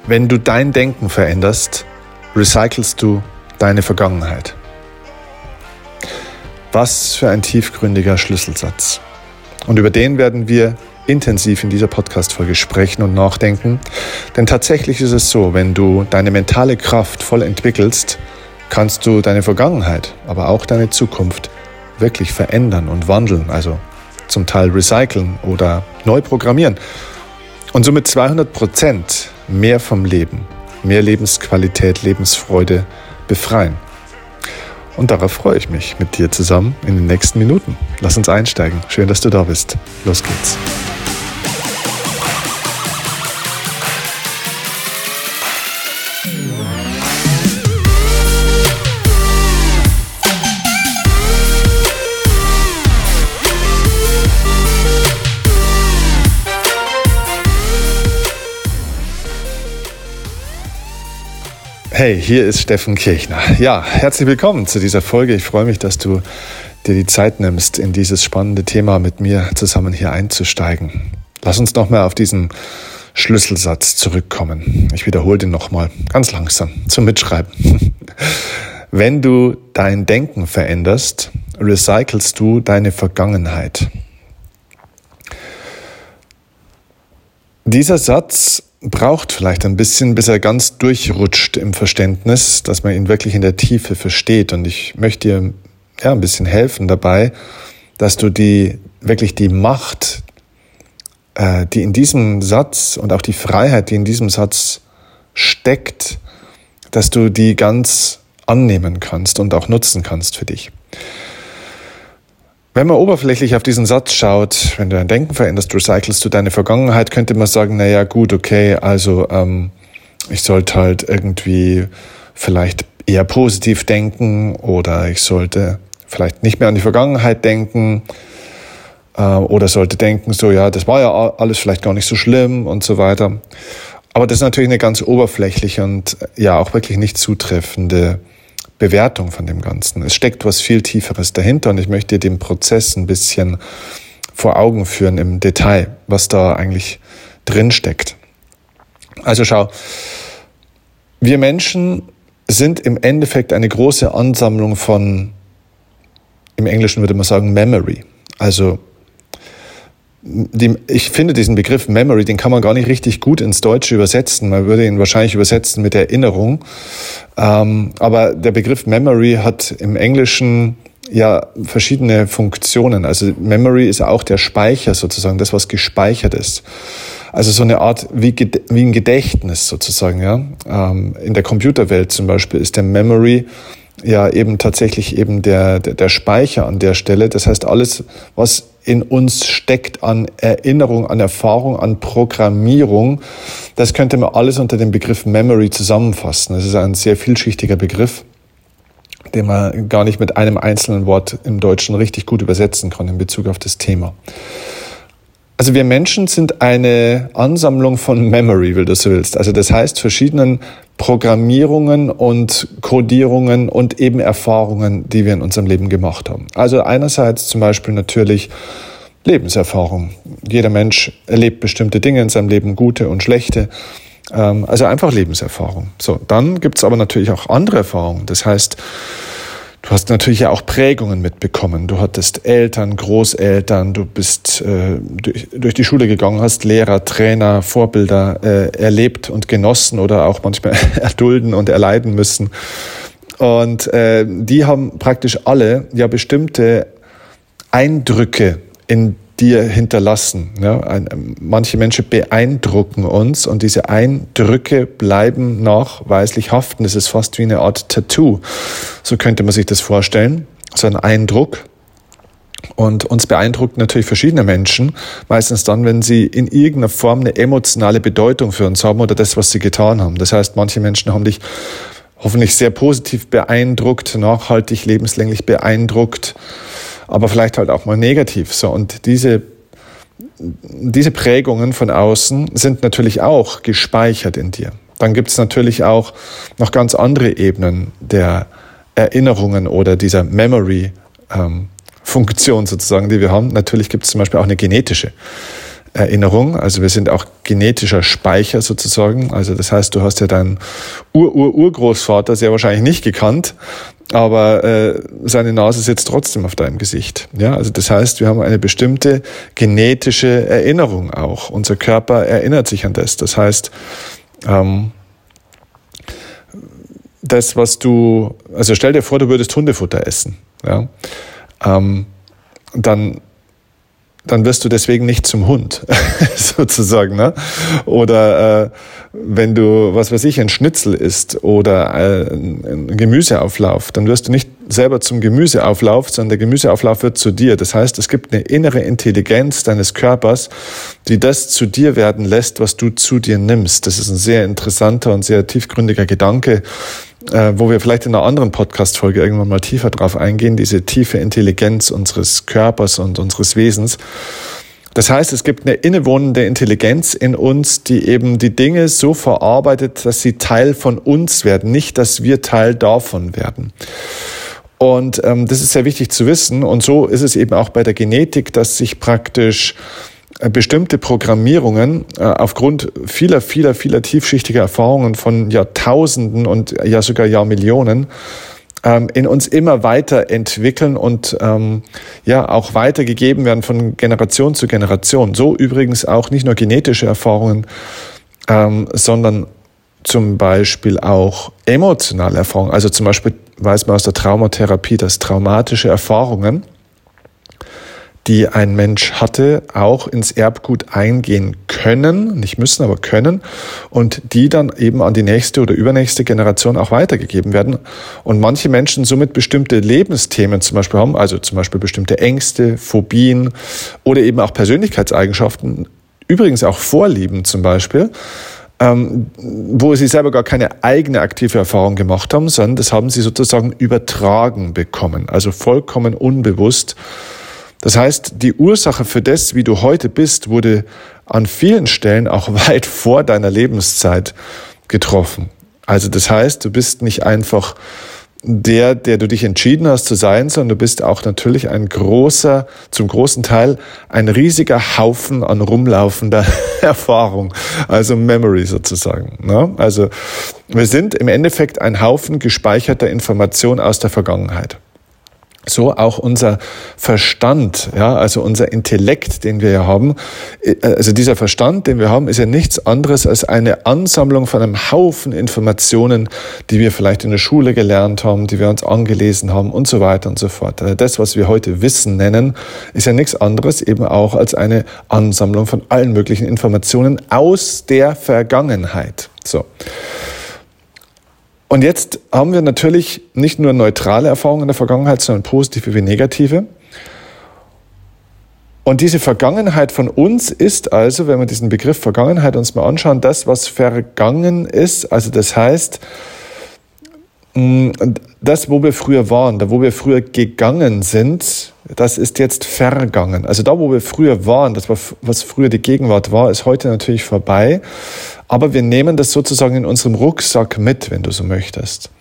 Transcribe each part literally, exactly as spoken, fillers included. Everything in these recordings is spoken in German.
Wenn du dein Denken veränderst, recycelst du deine Vergangenheit. Was für ein tiefgründiger Schlüsselsatz. Und über den werden wir intensiv in dieser Podcast-Folge sprechen und nachdenken. Denn tatsächlich ist es so, wenn du deine mentale Kraft voll entwickelst, kannst du deine Vergangenheit, aber auch deine Zukunft wirklich verändern und wandeln, also zum Teil recyceln oder neu programmieren. Und somit zweihundert Prozent mehr vom Leben, mehr Lebensqualität, Lebensfreude befreien. Und darauf freue ich mich mit dir zusammen in den nächsten Minuten. Lass uns einsteigen. Schön, dass du da bist. Los geht's. Hey, hier ist Steffen Kirchner. Ja, herzlich willkommen zu dieser Folge. Ich freue mich, dass du dir die Zeit nimmst, in dieses spannende Thema mit mir zusammen hier einzusteigen. Lass uns nochmal auf diesen Schlüsselsatz zurückkommen. Ich wiederhole den nochmal ganz langsam zum Mitschreiben. Wenn du dein Denken veränderst, recycelst du deine Vergangenheit. Dieser Satz braucht vielleicht ein bisschen, bis er ganz durchrutscht im Verständnis, dass man ihn wirklich in der Tiefe versteht. Und ich möchte dir ja, ein bisschen helfen dabei, dass du die wirklich die Macht, äh, die in diesem Satz und auch die Freiheit, die in diesem Satz steckt, dass du die ganz annehmen kannst und auch nutzen kannst für dich. Wenn man oberflächlich auf diesen Satz schaut, wenn du dein Denken veränderst, recycelst du deine Vergangenheit, könnte man sagen, naja gut, okay, also ähm, ich sollte halt irgendwie vielleicht eher positiv denken oder ich sollte vielleicht nicht mehr an die Vergangenheit denken äh, oder sollte denken, so ja, das war ja alles vielleicht gar nicht so schlimm und so weiter. Aber das ist natürlich eine ganz oberflächliche und ja auch wirklich nicht zutreffende Bewertung von dem Ganzen. Es steckt was viel Tieferes dahinter und ich möchte dir den Prozess ein bisschen vor Augen führen im Detail, was da eigentlich drin steckt. Also schau, wir Menschen sind im Endeffekt eine große Ansammlung von, im Englischen würde man sagen, Memory. Also Die, ich finde diesen Begriff Memory, den kann man gar nicht richtig gut ins Deutsche übersetzen. Man würde ihn wahrscheinlich übersetzen mit Erinnerung. Ähm, aber der Begriff Memory hat im Englischen ja verschiedene Funktionen. Also Memory ist auch der Speicher sozusagen, das, was gespeichert ist. Also so eine Art wie, wie ein Gedächtnis sozusagen. Ja. Ähm, in der Computerwelt zum Beispiel ist der Memory ja eben tatsächlich eben der, der, der Speicher an der Stelle. Das heißt, alles, was in uns steckt an Erinnerung, an Erfahrung, an Programmierung, das könnte man alles unter dem Begriff Memory zusammenfassen. Das ist ein sehr vielschichtiger Begriff, den man gar nicht mit einem einzelnen Wort im Deutschen richtig gut übersetzen kann in Bezug auf das Thema. Also wir Menschen sind eine Ansammlung von Memory, wenn du so willst. Also das heißt verschiedenen Programmierungen und Codierungen und eben Erfahrungen, die wir in unserem Leben gemacht haben. Also einerseits zum Beispiel natürlich Lebenserfahrung. Jeder Mensch erlebt bestimmte Dinge in seinem Leben, gute und schlechte. Also einfach Lebenserfahrung. So, dann gibt es aber natürlich auch andere Erfahrungen. Das heißt, du hast natürlich ja auch Prägungen mitbekommen. Du hattest Eltern, Großeltern, du bist äh, durch, durch die Schule gegangen, hast Lehrer, Trainer, Vorbilder äh, erlebt und genossen oder auch manchmal erdulden und erleiden müssen. Und äh, die haben praktisch alle ja bestimmte Eindrücke in dir hinterlassen. Ja, ein, manche Menschen beeindrucken uns und diese Eindrücke bleiben nachweislich haften. Das ist fast wie eine Art Tattoo. So könnte man sich das vorstellen. So ein Eindruck. Und uns beeindruckt natürlich verschiedene Menschen, meistens dann, wenn sie in irgendeiner Form eine emotionale Bedeutung für uns haben oder das, was sie getan haben. Das heißt, manche Menschen haben dich hoffentlich sehr positiv beeindruckt, nachhaltig, lebenslänglich beeindruckt, aber vielleicht halt auch mal negativ. So, und diese, diese Prägungen von außen sind natürlich auch gespeichert in dir. Dann gibt es natürlich auch noch ganz andere Ebenen der Erinnerungen oder dieser Memory-Funktion sozusagen, die wir haben. Natürlich gibt es zum Beispiel auch eine genetische Erinnerung. Also wir sind auch genetischer Speicher sozusagen. Also das heißt, du hast ja deinen Ur-Ur-Urgroßvater sehr wahrscheinlich nicht gekannt, aber äh, seine Nase sitzt trotzdem auf deinem Gesicht. Ja, also das heißt, wir haben eine bestimmte genetische Erinnerung auch. Unser Körper erinnert sich an das. Das heißt, ähm, das, was du, also stell dir vor, du würdest Hundefutter essen, ja, ähm, dann dann wirst du deswegen nicht zum Hund, sozusagen, ne? Oder äh, wenn du, was weiß ich, ein Schnitzel isst oder äh, ein Gemüseauflauf, dann wirst du nicht selber zum Gemüseauflauf, sondern der Gemüseauflauf wird zu dir. Das heißt, es gibt eine innere Intelligenz deines Körpers, die das zu dir werden lässt, was du zu dir nimmst. Das ist ein sehr interessanter und sehr tiefgründiger Gedanke, äh, wo wir vielleicht in einer anderen Podcast-Folge irgendwann mal tiefer drauf eingehen, diese tiefe Intelligenz unseres Körpers und unseres Wesens. Das heißt, es gibt eine innewohnende Intelligenz in uns, die eben die Dinge so verarbeitet, dass sie Teil von uns werden, nicht, dass wir Teil davon werden. Und ähm, das ist sehr wichtig zu wissen. Und so ist es eben auch bei der Genetik, dass sich praktisch äh, bestimmte Programmierungen äh, aufgrund vieler, vieler, vieler tiefschichtiger Erfahrungen von Jahrtausenden und ja sogar Jahrmillionen in uns immer weiter entwickeln und ähm, ja auch weitergegeben werden von Generation zu Generation. So übrigens auch nicht nur genetische Erfahrungen, ähm, sondern zum Beispiel auch emotionale Erfahrungen. Also zum Beispiel weiß man aus der Traumatherapie, dass traumatische Erfahrungen, die ein Mensch hatte, auch ins Erbgut eingehen können, nicht müssen, aber können, und die dann eben an die nächste oder übernächste Generation auch weitergegeben werden. Und manche Menschen somit bestimmte Lebensthemen zum Beispiel haben, also zum Beispiel bestimmte Ängste, Phobien oder eben auch Persönlichkeitseigenschaften, übrigens auch Vorlieben zum Beispiel, ähm, wo sie selber gar keine eigene aktive Erfahrung gemacht haben, sondern das haben sie sozusagen übertragen bekommen, also vollkommen unbewusst. Das heißt, die Ursache für das, wie du heute bist, wurde an vielen Stellen auch weit vor deiner Lebenszeit getroffen. Also das heißt, du bist nicht einfach der, der du dich entschieden hast zu sein, sondern du bist auch natürlich ein großer, zum großen Teil ein riesiger Haufen an rumlaufender Erfahrung, also Memory sozusagen. Ne? Also wir sind im Endeffekt ein Haufen gespeicherter Informationen aus der Vergangenheit. So auch unser Verstand, ja, also unser Intellekt, den wir ja haben, also dieser Verstand, den wir haben, ist ja nichts anderes als eine Ansammlung von einem Haufen Informationen, die wir vielleicht in der Schule gelernt haben, die wir uns angelesen haben und so weiter und so fort. Also das, was wir heute Wissen nennen, ist ja nichts anderes eben auch als eine Ansammlung von allen möglichen Informationen aus der Vergangenheit. So. Und jetzt haben wir natürlich nicht nur neutrale Erfahrungen in der Vergangenheit, sondern positive wie negative. Und diese Vergangenheit von uns ist also, wenn wir diesen Begriff Vergangenheit uns mal anschauen, das, was vergangen ist. Also das heißt, das, wo wir früher waren, da wo wir früher gegangen sind, das ist jetzt vergangen. Also da, wo wir früher waren, das, was früher die Gegenwart war, ist heute natürlich vorbei. Aber wir nehmen das sozusagen in unserem Rucksack mit, wenn du so möchtest.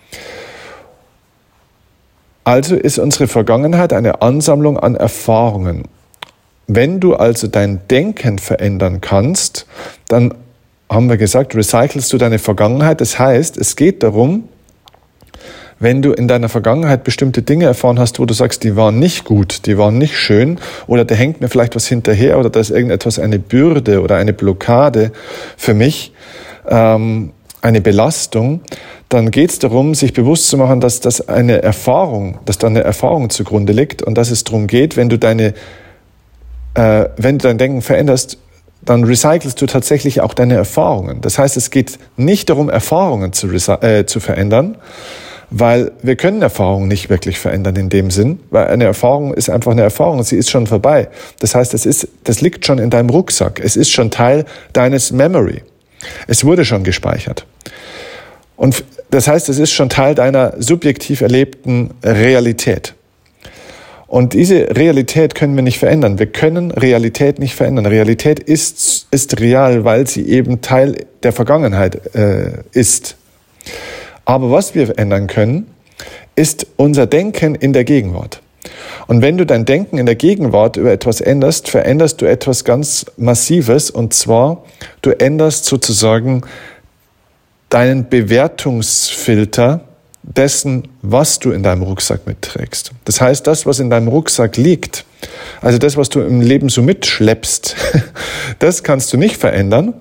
Also ist unsere Vergangenheit eine Ansammlung an Erfahrungen. Wenn du also dein Denken verändern kannst, dann haben wir gesagt, recycelst du deine Vergangenheit. Das heißt, es geht darum, wenn du in deiner Vergangenheit bestimmte Dinge erfahren hast, wo du sagst, die waren nicht gut, die waren nicht schön oder da hängt mir vielleicht was hinterher oder da ist irgendetwas eine Bürde oder eine Blockade für mich, ähm, eine Belastung, dann geht es darum, sich bewusst zu machen, dass das eine Erfahrung, dass da eine Erfahrung zugrunde liegt und dass es darum geht, wenn du deine, äh, wenn du dein Denken veränderst, dann recycelst du tatsächlich auch deine Erfahrungen. Das heißt, es geht nicht darum, Erfahrungen zu, äh, zu verändern, weil wir können Erfahrungen nicht wirklich verändern in dem Sinn, weil eine Erfahrung ist einfach eine Erfahrung, sie ist schon vorbei. Das heißt, es ist, das liegt schon in deinem Rucksack, es ist schon Teil deines Memory. Es wurde schon gespeichert. Und das heißt, es ist schon Teil deiner subjektiv erlebten Realität. Und diese Realität können wir nicht verändern. Wir können Realität nicht verändern. Realität ist, ist real, weil sie eben Teil der Vergangenheit äh, ist. Aber was wir ändern können, ist unser Denken in der Gegenwart. Und wenn du dein Denken in der Gegenwart über etwas änderst, veränderst du etwas ganz Massives, und zwar, du änderst sozusagen deinen Bewertungsfilter dessen, was du in deinem Rucksack mitträgst. Das heißt, das, was in deinem Rucksack liegt, also das, was du im Leben so mitschleppst, das kannst du nicht verändern.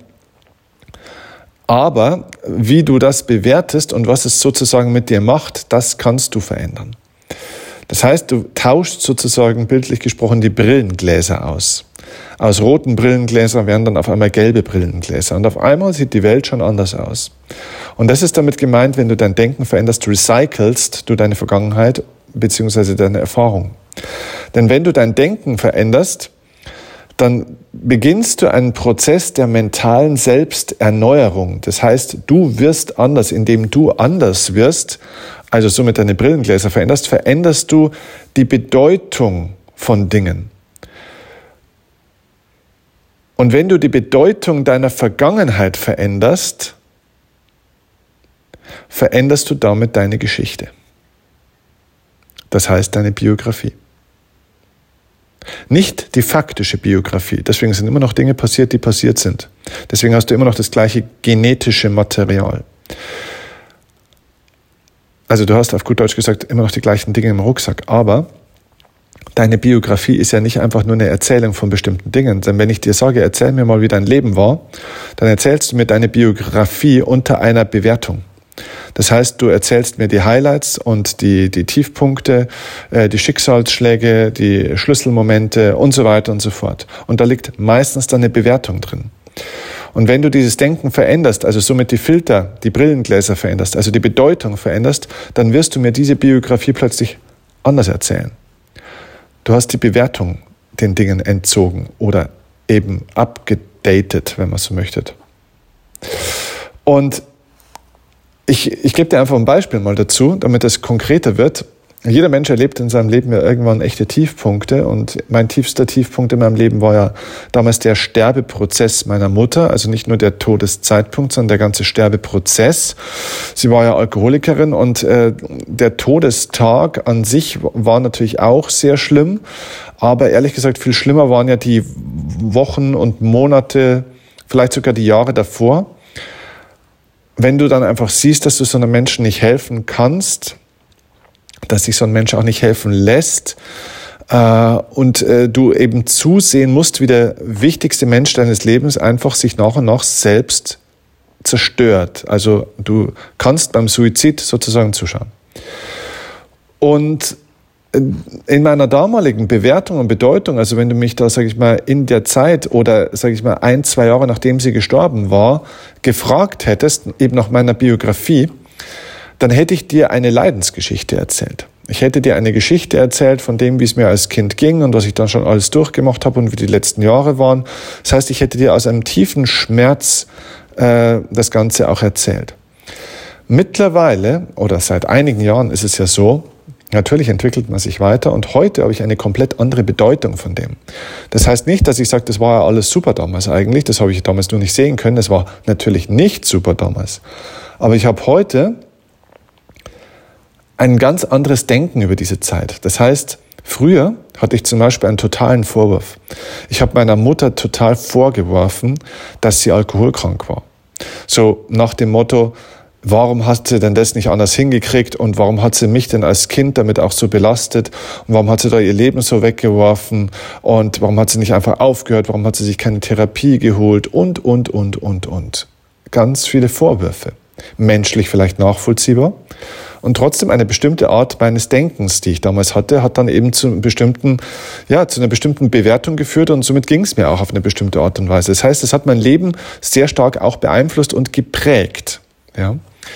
Aber wie du das bewertest und was es sozusagen mit dir macht, das kannst du verändern. Das heißt, du tauschst sozusagen bildlich gesprochen die Brillengläser aus. Aus roten Brillengläsern werden dann auf einmal gelbe Brillengläser. Und auf einmal sieht die Welt schon anders aus. Und das ist damit gemeint, wenn du dein Denken veränderst, recycelst du deine Vergangenheit bzw. deine Erfahrung. Denn wenn du dein Denken veränderst, dann beginnst du einen Prozess der mentalen Selbsterneuerung. Das heißt, du wirst anders, indem du anders wirst, also somit deine Brillengläser veränderst, veränderst du die Bedeutung von Dingen. Und wenn du die Bedeutung deiner Vergangenheit veränderst, veränderst du damit deine Geschichte. Das heißt deine Biografie. Nicht die faktische Biografie. Deswegen sind immer noch Dinge passiert, die passiert sind. Deswegen hast du immer noch das gleiche genetische Material. Also du hast auf gut Deutsch gesagt immer noch die gleichen Dinge im Rucksack. Aber deine Biografie ist ja nicht einfach nur eine Erzählung von bestimmten Dingen. Denn wenn ich dir sage, erzähl mir mal, wie dein Leben war, dann erzählst du mir deine Biografie unter einer Bewertung. Das heißt, du erzählst mir die Highlights und die, die Tiefpunkte, äh, die Schicksalsschläge, die Schlüsselmomente und so weiter und so fort. Und da liegt meistens dann eine Bewertung drin. Und wenn du dieses Denken veränderst, also somit die Filter, die Brillengläser veränderst, also die Bedeutung veränderst, dann wirst du mir diese Biografie plötzlich anders erzählen. Du hast die Bewertung den Dingen entzogen oder eben abgedatet, wenn man so möchte. Und Ich, ich gebe dir einfach ein Beispiel mal dazu, damit es konkreter wird. Jeder Mensch erlebt in seinem Leben ja irgendwann echte Tiefpunkte, und mein tiefster Tiefpunkt in meinem Leben war ja damals der Sterbeprozess meiner Mutter, also nicht nur der Todeszeitpunkt, sondern der ganze Sterbeprozess. Sie war ja Alkoholikerin, und äh, der Todestag an sich war natürlich auch sehr schlimm, aber ehrlich gesagt viel schlimmer waren ja die Wochen und Monate, vielleicht sogar die Jahre davor. Wenn du dann einfach siehst, dass du so einem Menschen nicht helfen kannst, dass sich so ein Mensch auch nicht helfen lässt, äh, und äh, du eben zusehen musst, wie der wichtigste Mensch deines Lebens einfach sich nach und nach selbst zerstört. Also du kannst beim Suizid sozusagen zuschauen. Und in meiner damaligen Bewertung und Bedeutung, also wenn du mich da, sage ich mal, in der Zeit oder, sage ich mal, ein, zwei Jahre nachdem sie gestorben war, gefragt hättest, eben nach meiner Biografie, dann hätte ich dir eine Leidensgeschichte erzählt. Ich hätte dir eine Geschichte erzählt von dem, wie es mir als Kind ging und was ich dann schon alles durchgemacht habe und wie die letzten Jahre waren. Das heißt, ich hätte dir aus einem tiefen Schmerz äh, das Ganze auch erzählt. Mittlerweile, oder seit einigen Jahren ist es ja so, natürlich entwickelt man sich weiter, und heute habe ich eine komplett andere Bedeutung von dem. Das heißt nicht, dass ich sage, das war ja alles super damals eigentlich, das habe ich damals nur nicht sehen können, es war natürlich nicht super damals. Aber ich habe heute ein ganz anderes Denken über diese Zeit. Das heißt, früher hatte ich zum Beispiel einen totalen Vorwurf. Ich habe meiner Mutter total vorgeworfen, dass sie alkoholkrank war. So nach dem Motto, warum hat sie denn das nicht anders hingekriegt und warum hat sie mich denn als Kind damit auch so belastet und warum hat sie da ihr Leben so weggeworfen und warum hat sie nicht einfach aufgehört, warum hat sie sich keine Therapie geholt und, und, und, und, und. Ganz viele Vorwürfe. Menschlich vielleicht nachvollziehbar und trotzdem eine bestimmte Art meines Denkens, die ich damals hatte, hat dann eben zu einem bestimmten, ja, zu einer bestimmten Bewertung geführt, und somit ging es mir auch auf eine bestimmte Art und Weise. Das heißt, es hat mein Leben sehr stark auch beeinflusst und geprägt. Ja.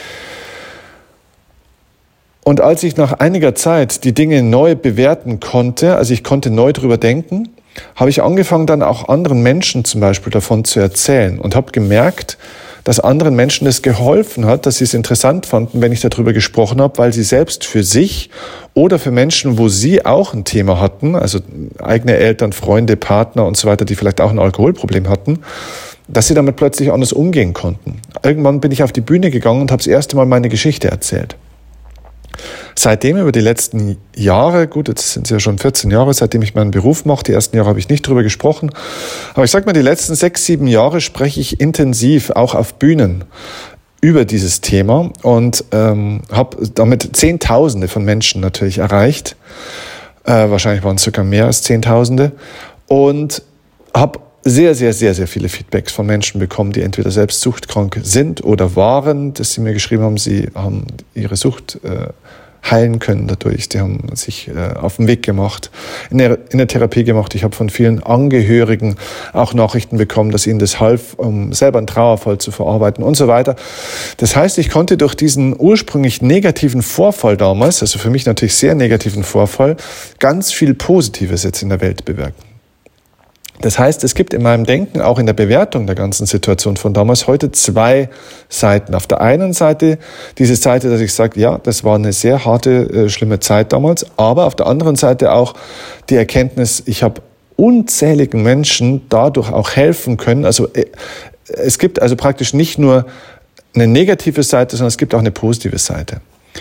Und als ich nach einiger Zeit die Dinge neu bewerten konnte, also ich konnte neu drüber denken, habe ich angefangen, dann auch anderen Menschen zum Beispiel davon zu erzählen und habe gemerkt, dass anderen Menschen das geholfen hat, dass sie es interessant fanden, wenn ich darüber gesprochen habe, weil sie selbst für sich oder für Menschen, wo sie auch ein Thema hatten, also eigene Eltern, Freunde, Partner und so weiter, die vielleicht auch ein Alkoholproblem hatten, dass sie damit plötzlich anders umgehen konnten. Irgendwann bin ich auf die Bühne gegangen und habe das erste Mal meine Geschichte erzählt. Seitdem über die letzten Jahre, gut, jetzt sind es ja schon vierzehn Jahre, seitdem ich meinen Beruf mache, die ersten Jahre habe ich nicht drüber gesprochen, aber ich sag mal, die letzten sechs, sieben Jahre spreche ich intensiv, auch auf Bühnen, über dieses Thema und ähm, habe damit Zehntausende von Menschen natürlich erreicht, äh, wahrscheinlich waren es sogar mehr als Zehntausende und habe sehr, sehr, sehr, sehr viele Feedbacks von Menschen bekommen, die entweder selbst suchtkrank sind oder waren, dass sie mir geschrieben haben, sie haben ihre Sucht äh, heilen können dadurch. Die haben sich äh, auf den Weg gemacht, in der, in der Therapie gemacht. Ich habe von vielen Angehörigen auch Nachrichten bekommen, dass ihnen das half, um selber einen Trauerfall zu verarbeiten und so weiter. Das heißt, ich konnte durch diesen ursprünglich negativen Vorfall damals, also für mich natürlich sehr negativen Vorfall, ganz viel Positives jetzt in der Welt bewirken. Das heißt, es gibt in meinem Denken, auch in der Bewertung der ganzen Situation von damals, heute zwei Seiten. Auf der einen Seite diese Seite, dass ich sage, ja, das war eine sehr harte, äh, schlimme Zeit damals, aber auf der anderen Seite auch die Erkenntnis, ich habe unzähligen Menschen dadurch auch helfen können. Also äh, es gibt also praktisch nicht nur eine negative Seite, sondern es gibt auch eine positive Seite.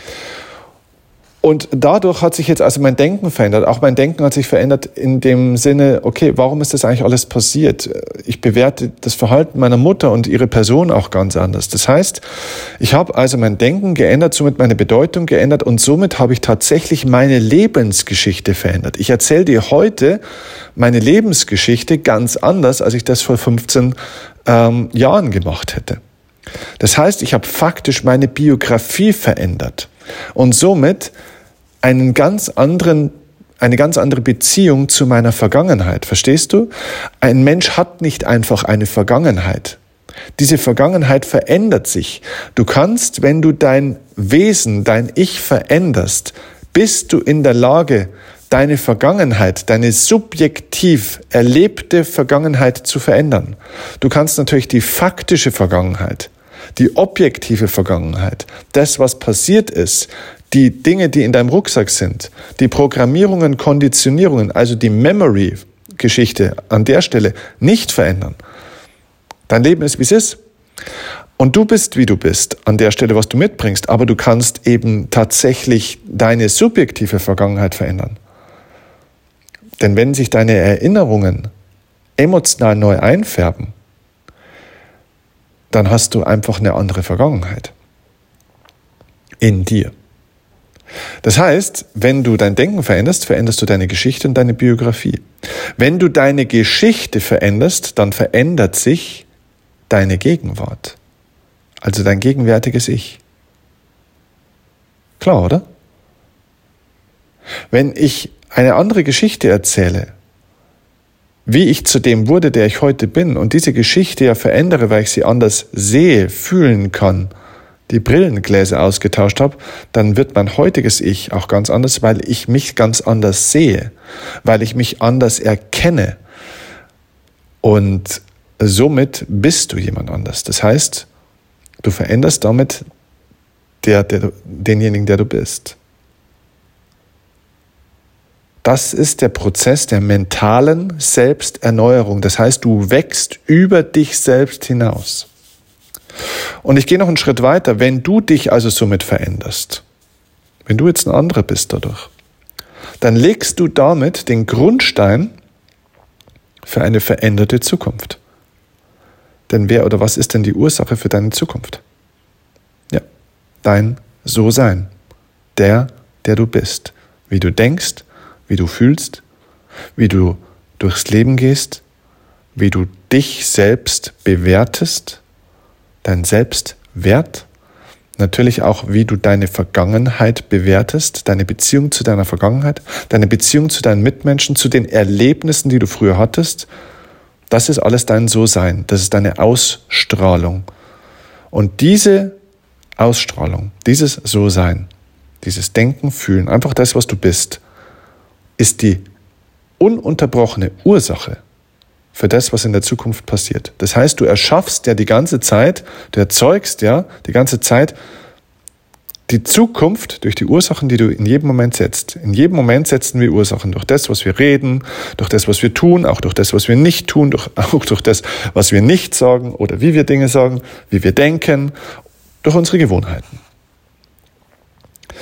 Und dadurch hat sich jetzt also mein Denken verändert. Auch mein Denken hat sich verändert in dem Sinne, okay, warum ist das eigentlich alles passiert? Ich bewerte das Verhalten meiner Mutter und ihre Person auch ganz anders. Das heißt, ich habe also mein Denken geändert, somit meine Bedeutung geändert und somit habe ich tatsächlich meine Lebensgeschichte verändert. Ich erzähle dir heute meine Lebensgeschichte ganz anders, als ich das vor fünfzehn ähm, Jahren gemacht hätte. Das heißt, ich habe faktisch meine Biografie verändert und somit einen ganz anderen, eine ganz andere Beziehung zu meiner Vergangenheit. Verstehst du? Ein Mensch hat nicht einfach eine Vergangenheit. Diese Vergangenheit verändert sich. Du kannst, wenn du dein Wesen, dein Ich veränderst, bist du in der Lage, deine Vergangenheit, deine subjektiv erlebte Vergangenheit zu verändern. Du kannst natürlich die faktische Vergangenheit, die objektive Vergangenheit, das, was passiert ist, die Dinge, die in deinem Rucksack sind, die Programmierungen, Konditionierungen, also die Memory-Geschichte an der Stelle nicht verändern. Dein Leben ist, wie es ist. Und du bist, wie du bist, an der Stelle, was du mitbringst. Aber du kannst eben tatsächlich deine subjektive Vergangenheit verändern. Denn wenn sich deine Erinnerungen emotional neu einfärben, dann hast du einfach eine andere Vergangenheit in dir. Das heißt, wenn du dein Denken veränderst, veränderst du deine Geschichte und deine Biografie. Wenn du deine Geschichte veränderst, dann verändert sich deine Gegenwart. Also dein gegenwärtiges Ich. Klar, oder? Wenn ich eine andere Geschichte erzähle, wie ich zu dem wurde, der ich heute bin, und diese Geschichte ja verändere, weil ich sie anders sehe, fühlen kann, die Brillengläser ausgetauscht habe, dann wird mein heutiges Ich auch ganz anders, weil ich mich ganz anders sehe, weil ich mich anders erkenne. Und somit bist du jemand anders. Das heißt, du veränderst damit der, der, denjenigen, der du bist. Das ist der Prozess der mentalen Selbsterneuerung. Das heißt, du wächst über dich selbst hinaus. Und ich gehe noch einen Schritt weiter. Wenn du dich also somit veränderst, wenn du jetzt ein anderer bist dadurch, dann legst du damit den Grundstein für eine veränderte Zukunft. Denn wer oder was ist denn die Ursache für deine Zukunft? Ja, dein So-Sein. Der, der du bist. Wie du denkst, wie du fühlst, wie du durchs Leben gehst, wie du dich selbst bewertest, dein Selbstwert, natürlich auch, wie du deine Vergangenheit bewertest, deine Beziehung zu deiner Vergangenheit, deine Beziehung zu deinen Mitmenschen, zu den Erlebnissen, die du früher hattest. Das ist alles dein So-Sein, das ist deine Ausstrahlung. Und diese Ausstrahlung, dieses So-Sein, dieses Denken, Fühlen, einfach das, was du bist, ist die ununterbrochene Ursache für das, was in der Zukunft passiert. Das heißt, du erschaffst ja die ganze Zeit, du erzeugst ja die ganze Zeit die Zukunft durch die Ursachen, die du in jedem Moment setzt. In jedem Moment setzen wir Ursachen durch das, was wir reden, durch das, was wir tun, auch durch das, was wir nicht tun, durch, auch durch das, was wir nicht sagen oder wie wir Dinge sagen, wie wir denken, durch unsere Gewohnheiten.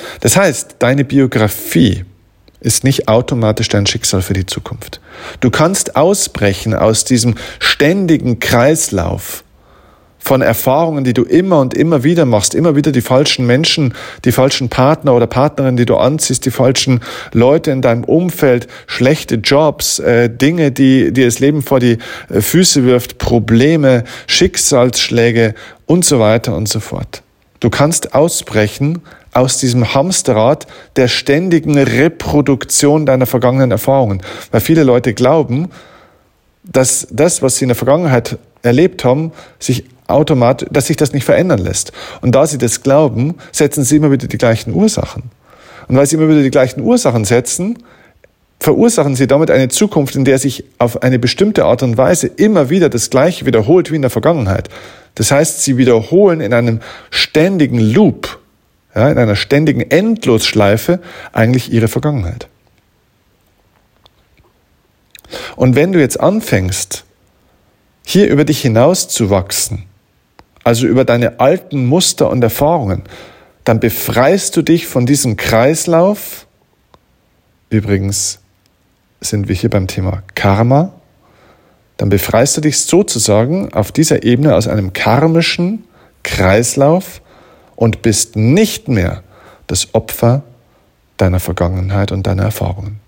Das heißt, deine Biografie ist nicht automatisch dein Schicksal für die Zukunft. Du kannst ausbrechen aus diesem ständigen Kreislauf von Erfahrungen, die du immer und immer wieder machst, immer wieder die falschen Menschen, die falschen Partner oder Partnerinnen, die du anziehst, die falschen Leute in deinem Umfeld, schlechte Jobs, äh, Dinge, die dir das Leben vor die äh, Füße wirft, Probleme, Schicksalsschläge und so weiter und so fort. Du kannst ausbrechen aus diesem Hamsterrad der ständigen Reproduktion deiner vergangenen Erfahrungen. Weil viele Leute glauben, dass das, was sie in der Vergangenheit erlebt haben, sich automatisch, dass sich das nicht verändern lässt. Und da sie das glauben, setzen sie immer wieder die gleichen Ursachen. Und weil sie immer wieder die gleichen Ursachen setzen, verursachen sie damit eine Zukunft, in der sich auf eine bestimmte Art und Weise immer wieder das Gleiche wiederholt wie in der Vergangenheit. Das heißt, sie wiederholen in einem ständigen Loop, ja, in einer ständigen Endlosschleife eigentlich ihre Vergangenheit. Und wenn du jetzt anfängst, hier über dich hinauszuwachsen, also über deine alten Muster und Erfahrungen, dann befreist du dich von diesem Kreislauf. Übrigens sind wir hier beim Thema Karma. Dann befreist du dich sozusagen auf dieser Ebene aus einem karmischen Kreislauf und bist nicht mehr das Opfer deiner Vergangenheit und deiner Erfahrungen.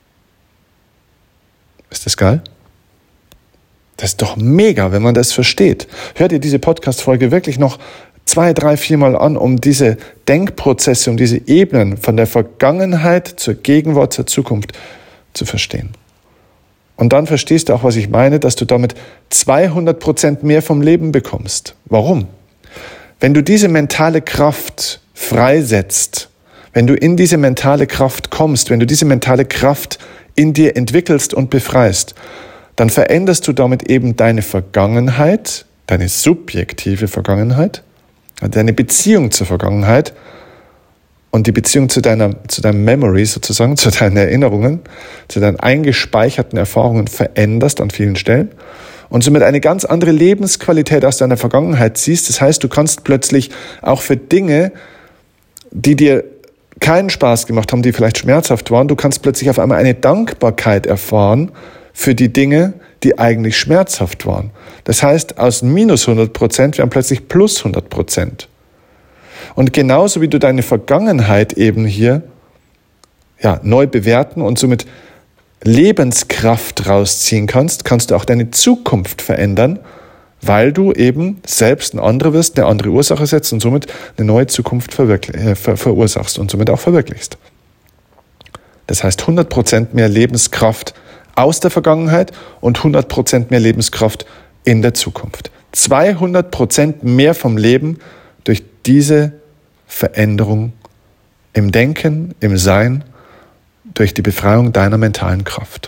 Ist das geil? Das ist doch mega, wenn man das versteht. Hör dir diese Podcast-Folge wirklich noch zwei, drei, viermal an, um diese Denkprozesse, um diese Ebenen von der Vergangenheit zur Gegenwart, zur Zukunft zu verstehen. Und dann verstehst du auch, was ich meine, dass du damit zweihundert Prozent mehr vom Leben bekommst. Warum? Wenn du diese mentale Kraft freisetzt, wenn du in diese mentale Kraft kommst, wenn du diese mentale Kraft in dir entwickelst und befreist, dann veränderst du damit eben deine Vergangenheit, deine subjektive Vergangenheit, deine Beziehung zur Vergangenheit und die Beziehung zu deiner, zu deinem Memory sozusagen, zu deinen Erinnerungen, zu deinen eingespeicherten Erfahrungen veränderst an vielen Stellen und somit eine ganz andere Lebensqualität aus deiner Vergangenheit siehst. Das heißt, du kannst plötzlich auch für Dinge, die dir keinen Spaß gemacht haben, die vielleicht schmerzhaft waren, du kannst plötzlich auf einmal eine Dankbarkeit erfahren für die Dinge, die eigentlich schmerzhaft waren. Das heißt, aus minus hundert Prozent werden plötzlich plus hundert Prozent. Und genauso wie du deine Vergangenheit eben hier ja, neu bewerten und somit Lebenskraft rausziehen kannst, kannst du auch deine Zukunft verändern, weil du eben selbst ein anderer wirst, eine andere Ursache setzt und somit eine neue Zukunft verwirklich, äh, ver- verursachst und somit auch verwirklichst. Das heißt hundert Prozent mehr Lebenskraft aus der Vergangenheit und hundert Prozent mehr Lebenskraft in der Zukunft. zweihundert Prozent mehr vom Leben durch diese Veränderung im Denken, im Sein, durch die Befreiung deiner mentalen Kraft.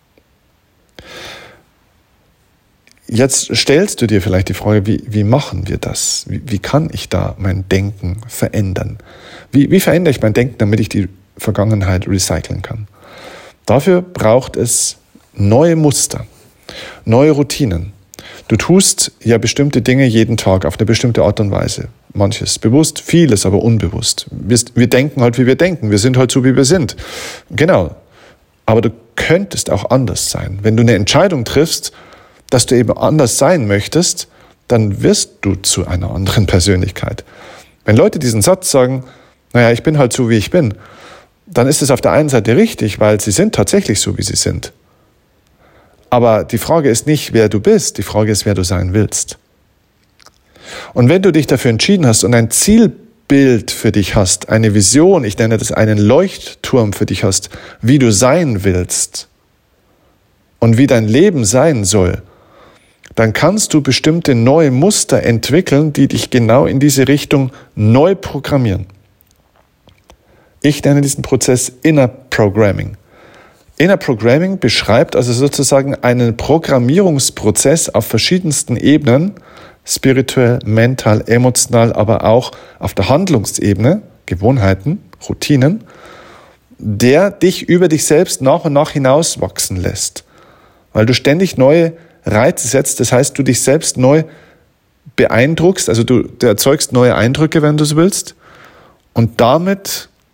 Jetzt stellst du dir vielleicht die Frage, wie, wie machen wir das? Wie, wie kann ich da mein Denken verändern? Wie, wie verändere ich mein Denken, damit ich die Vergangenheit recyceln kann? Dafür braucht es neue Muster, neue Routinen. Du tust ja bestimmte Dinge jeden Tag auf eine bestimmte Art und Weise. Manches bewusst, vieles aber unbewusst. Wir, wir denken halt, wie wir denken. Wir sind halt so, wie wir sind. Genau. Aber du könntest auch anders sein. Wenn du eine Entscheidung triffst, dass du eben anders sein möchtest, dann wirst du zu einer anderen Persönlichkeit. Wenn Leute diesen Satz sagen, naja, ich bin halt so, wie ich bin, dann ist es auf der einen Seite richtig, weil sie sind tatsächlich so, wie sie sind. Aber die Frage ist nicht, wer du bist, die Frage ist, wer du sein willst. Und wenn du dich dafür entschieden hast und ein Zielbild für dich hast, eine Vision, ich nenne das einen Leuchtturm für dich hast, wie du sein willst und wie dein Leben sein soll, dann kannst du bestimmte neue Muster entwickeln, die dich genau in diese Richtung neu programmieren. Ich nenne diesen Prozess Inner Programming. Inner Programming beschreibt also sozusagen einen Programmierungsprozess auf verschiedensten Ebenen, spirituell, mental, emotional, aber auch auf der Handlungsebene, Gewohnheiten, Routinen, der dich über dich selbst nach und nach hinaus wachsen lässt. Weil du ständig neue Reize setzt, das heißt, du dich selbst neu beeindruckst, also du, du erzeugst neue Eindrücke, wenn du es willst, und damit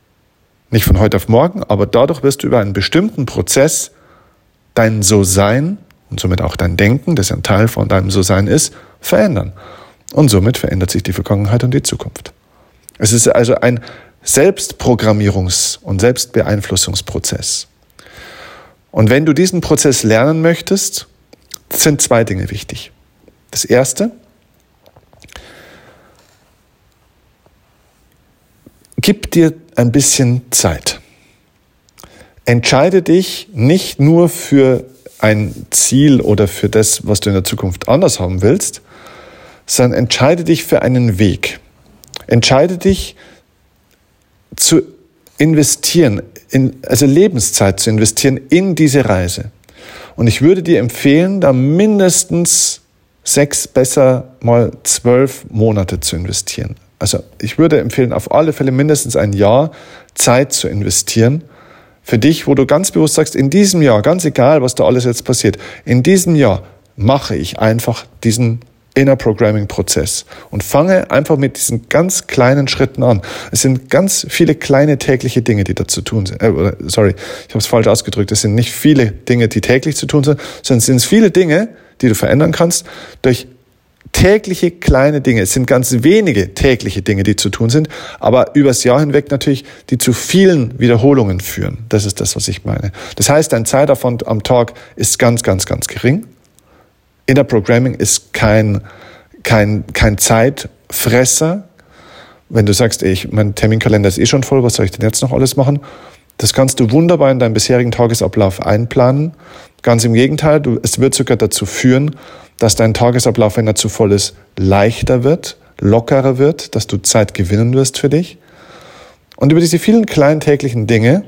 Nicht von heute auf morgen, aber dadurch wirst du über einen bestimmten Prozess dein So-Sein und somit auch dein Denken, das ein Teil von deinem So-Sein ist, verändern. Und somit verändert sich die Vergangenheit und die Zukunft. Es ist also ein Selbstprogrammierungs- und Selbstbeeinflussungsprozess. Und wenn du diesen Prozess lernen möchtest, sind zwei Dinge wichtig. Das erste, gib dir ein bisschen Zeit. Entscheide dich nicht nur für ein Ziel oder für das, was du in der Zukunft anders haben willst, sondern entscheide dich für einen Weg. Entscheide dich zu investieren, in, also Lebenszeit zu investieren in diese Reise. Und ich würde dir empfehlen, da mindestens sechs, besser mal zwölf Monate zu investieren. Also ich würde empfehlen, auf alle Fälle mindestens ein Jahr Zeit zu investieren für dich, wo du ganz bewusst sagst, in diesem Jahr, ganz egal, was da alles jetzt passiert, in diesem Jahr mache ich einfach diesen Inner Programming Prozess und fange einfach mit diesen ganz kleinen Schritten an. Es sind ganz viele kleine tägliche Dinge, die da zu tun sind. Äh, sorry, ich habe es falsch ausgedrückt. Es sind nicht viele Dinge, die täglich zu tun sind, sondern es sind viele Dinge, die du verändern kannst durch tägliche kleine Dinge. Es sind ganz wenige tägliche Dinge, die zu tun sind, aber übers Jahr hinweg natürlich, die zu vielen Wiederholungen führen. Das ist das, was ich meine. Das heißt, dein Zeitaufwand am Tag ist ganz, ganz, ganz gering. Inner Programming ist kein, kein, kein Zeitfresser. Wenn du sagst, ey, ich, mein Terminkalender ist eh schon voll, was soll ich denn jetzt noch alles machen? Das kannst du wunderbar in deinen bisherigen Tagesablauf einplanen. Ganz im Gegenteil, du, es wird sogar dazu führen, dass dein Tagesablauf, wenn er zu voll ist, leichter wird, lockerer wird, dass du Zeit gewinnen wirst für dich. Und über diese vielen kleinen täglichen Dinge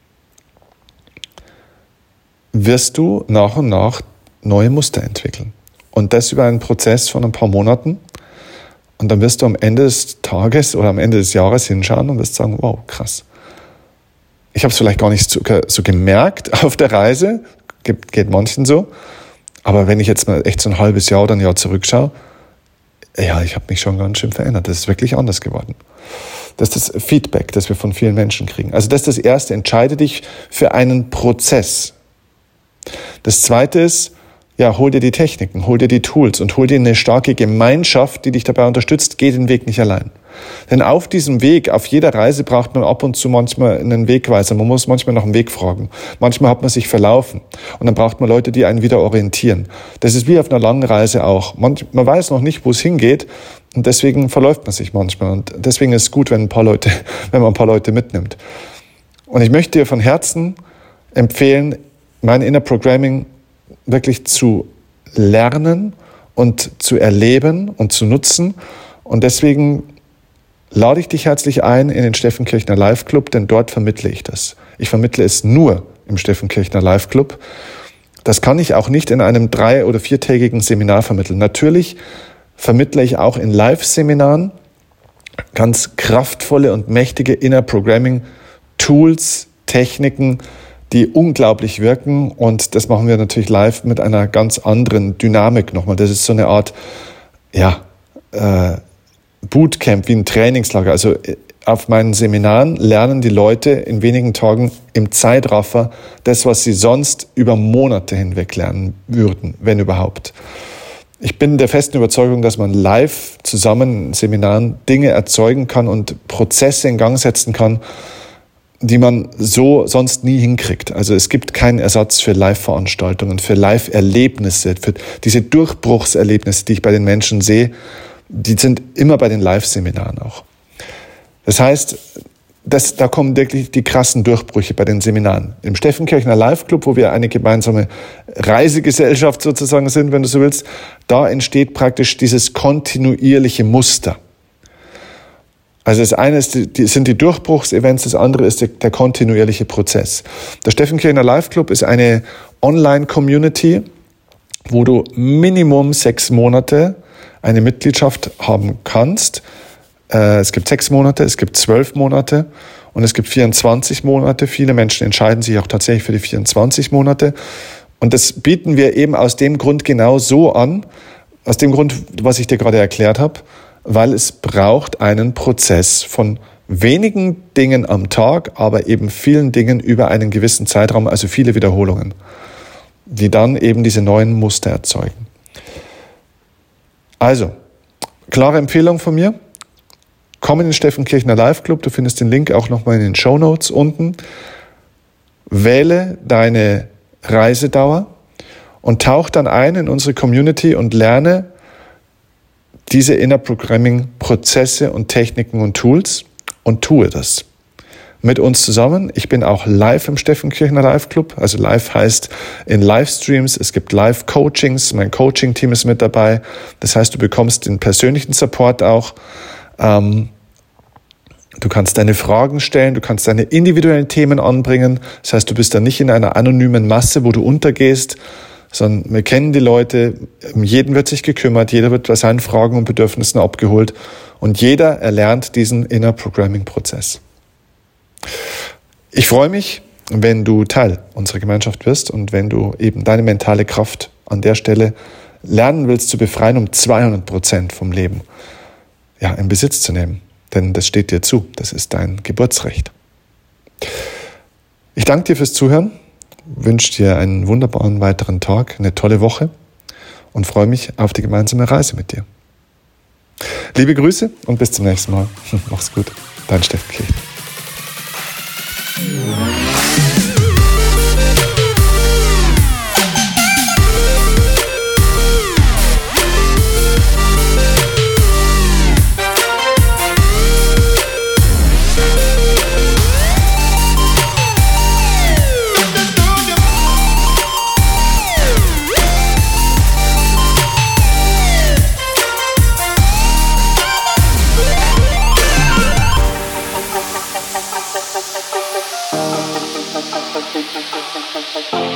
wirst du nach und nach neue Muster entwickeln. Und das über einen Prozess von ein paar Monaten. Und dann wirst du am Ende des Tages oder am Ende des Jahres hinschauen und wirst sagen, wow, krass. Ich habe es vielleicht gar nicht so, so gemerkt auf der Reise, geht, geht manchen so. Aber wenn ich jetzt mal echt so ein halbes Jahr oder ein Jahr zurückschaue, ja, ich habe mich schon ganz schön verändert. Das ist wirklich anders geworden. Das ist das Feedback, das wir von vielen Menschen kriegen. Also das ist das Erste. Entscheide dich für einen Prozess. Das Zweite ist, ja, hol dir die Techniken, hol dir die Tools und hol dir eine starke Gemeinschaft, die dich dabei unterstützt. Geh den Weg nicht allein. Denn auf diesem Weg, auf jeder Reise braucht man ab und zu manchmal einen Wegweiser. Man muss manchmal nach dem Weg fragen. Manchmal hat man sich verlaufen. Und dann braucht man Leute, die einen wieder orientieren. Das ist wie auf einer langen Reise auch. Man, man weiß noch nicht, wo es hingeht. Und deswegen verläuft man sich manchmal. Und deswegen ist es gut, wenn ein paar Leute, wenn man ein paar Leute mitnimmt. Und ich möchte dir von Herzen empfehlen, mein Inner Programming wirklich zu lernen und zu erleben und zu nutzen. Und deswegen lade ich dich herzlich ein in den Steffen Kirchner Live Club, denn dort vermittle ich das. Ich vermittle es nur im Steffen Kirchner Live Club. Das kann ich auch nicht in einem drei- oder viertägigen Seminar vermitteln. Natürlich vermittle ich auch in Live-Seminaren ganz kraftvolle und mächtige Inner Programming Tools, Techniken, die unglaublich wirken, und das machen wir natürlich live mit einer ganz anderen Dynamik nochmal. Das ist so eine Art, ja, äh, Bootcamp, wie ein Trainingslager. Also auf meinen Seminaren lernen die Leute in wenigen Tagen im Zeitraffer das, was sie sonst über Monate hinweg lernen würden, wenn überhaupt. Ich bin der festen Überzeugung, dass man live zusammen in Seminaren Dinge erzeugen kann und Prozesse in Gang setzen kann, die man so sonst nie hinkriegt. Also es gibt keinen Ersatz für Live-Veranstaltungen, für Live-Erlebnisse, für diese Durchbruchserlebnisse, die ich bei den Menschen sehe, die sind immer bei den Live-Seminaren auch. Das heißt, das, da kommen wirklich die krassen Durchbrüche bei den Seminaren. Im Steffen Kirchner Live Club, wo wir eine gemeinsame Reisegesellschaft sozusagen sind, wenn du so willst, da entsteht praktisch dieses kontinuierliche Muster. Also das eine ist die, die, sind die Durchbruchsevents, das andere ist der, der kontinuierliche Prozess. Der Steffen Kirchner Live Club ist eine Online-Community, wo du Minimum sechs Monate eine Mitgliedschaft haben kannst. Äh, es gibt sechs Monate, es gibt zwölf Monate und es gibt vierundzwanzig Monate. Viele Menschen entscheiden sich auch tatsächlich für die vierundzwanzig Monate. Und das bieten wir eben aus dem Grund genau so an, aus dem Grund, was ich dir gerade erklärt habe, weil es braucht einen Prozess von wenigen Dingen am Tag, aber eben vielen Dingen über einen gewissen Zeitraum, also viele Wiederholungen, die dann eben diese neuen Muster erzeugen. Also, klare Empfehlung von mir. Komm in den Steffen Kirchner Live Club. Du findest den Link auch nochmal in den Shownotes unten. Wähle deine Reisedauer und tauch dann ein in unsere Community und lerne diese Inner Programming Prozesse und Techniken und Tools und tue das mit uns zusammen. Ich bin auch live im Steffen Kirchner Live Club. Also live heißt in Livestreams. Es gibt Live-Coachings. Mein Coaching-Team ist mit dabei. Das heißt, du bekommst den persönlichen Support auch. Ähm, du kannst deine Fragen stellen. Du kannst deine individuellen Themen anbringen. Das heißt, du bist dann nicht in einer anonymen Masse, wo du untergehst, sondern wir kennen die Leute. Jeden wird sich gekümmert. Jeder wird bei seinen Fragen und Bedürfnissen abgeholt. Und jeder erlernt diesen Inner Programming Prozess. Ich freue mich, wenn du Teil unserer Gemeinschaft wirst und wenn du eben deine mentale Kraft an der Stelle lernen willst zu befreien, um zweihundert Prozent vom Leben ja, in Besitz zu nehmen. Denn das steht dir zu, das ist dein Geburtsrecht. Ich danke dir fürs Zuhören, wünsche dir einen wunderbaren weiteren Tag, eine tolle Woche und freue mich auf die gemeinsame Reise mit dir. Liebe Grüße und bis zum nächsten Mal. Mach's gut, dein Steffen Kirchner. Thank you.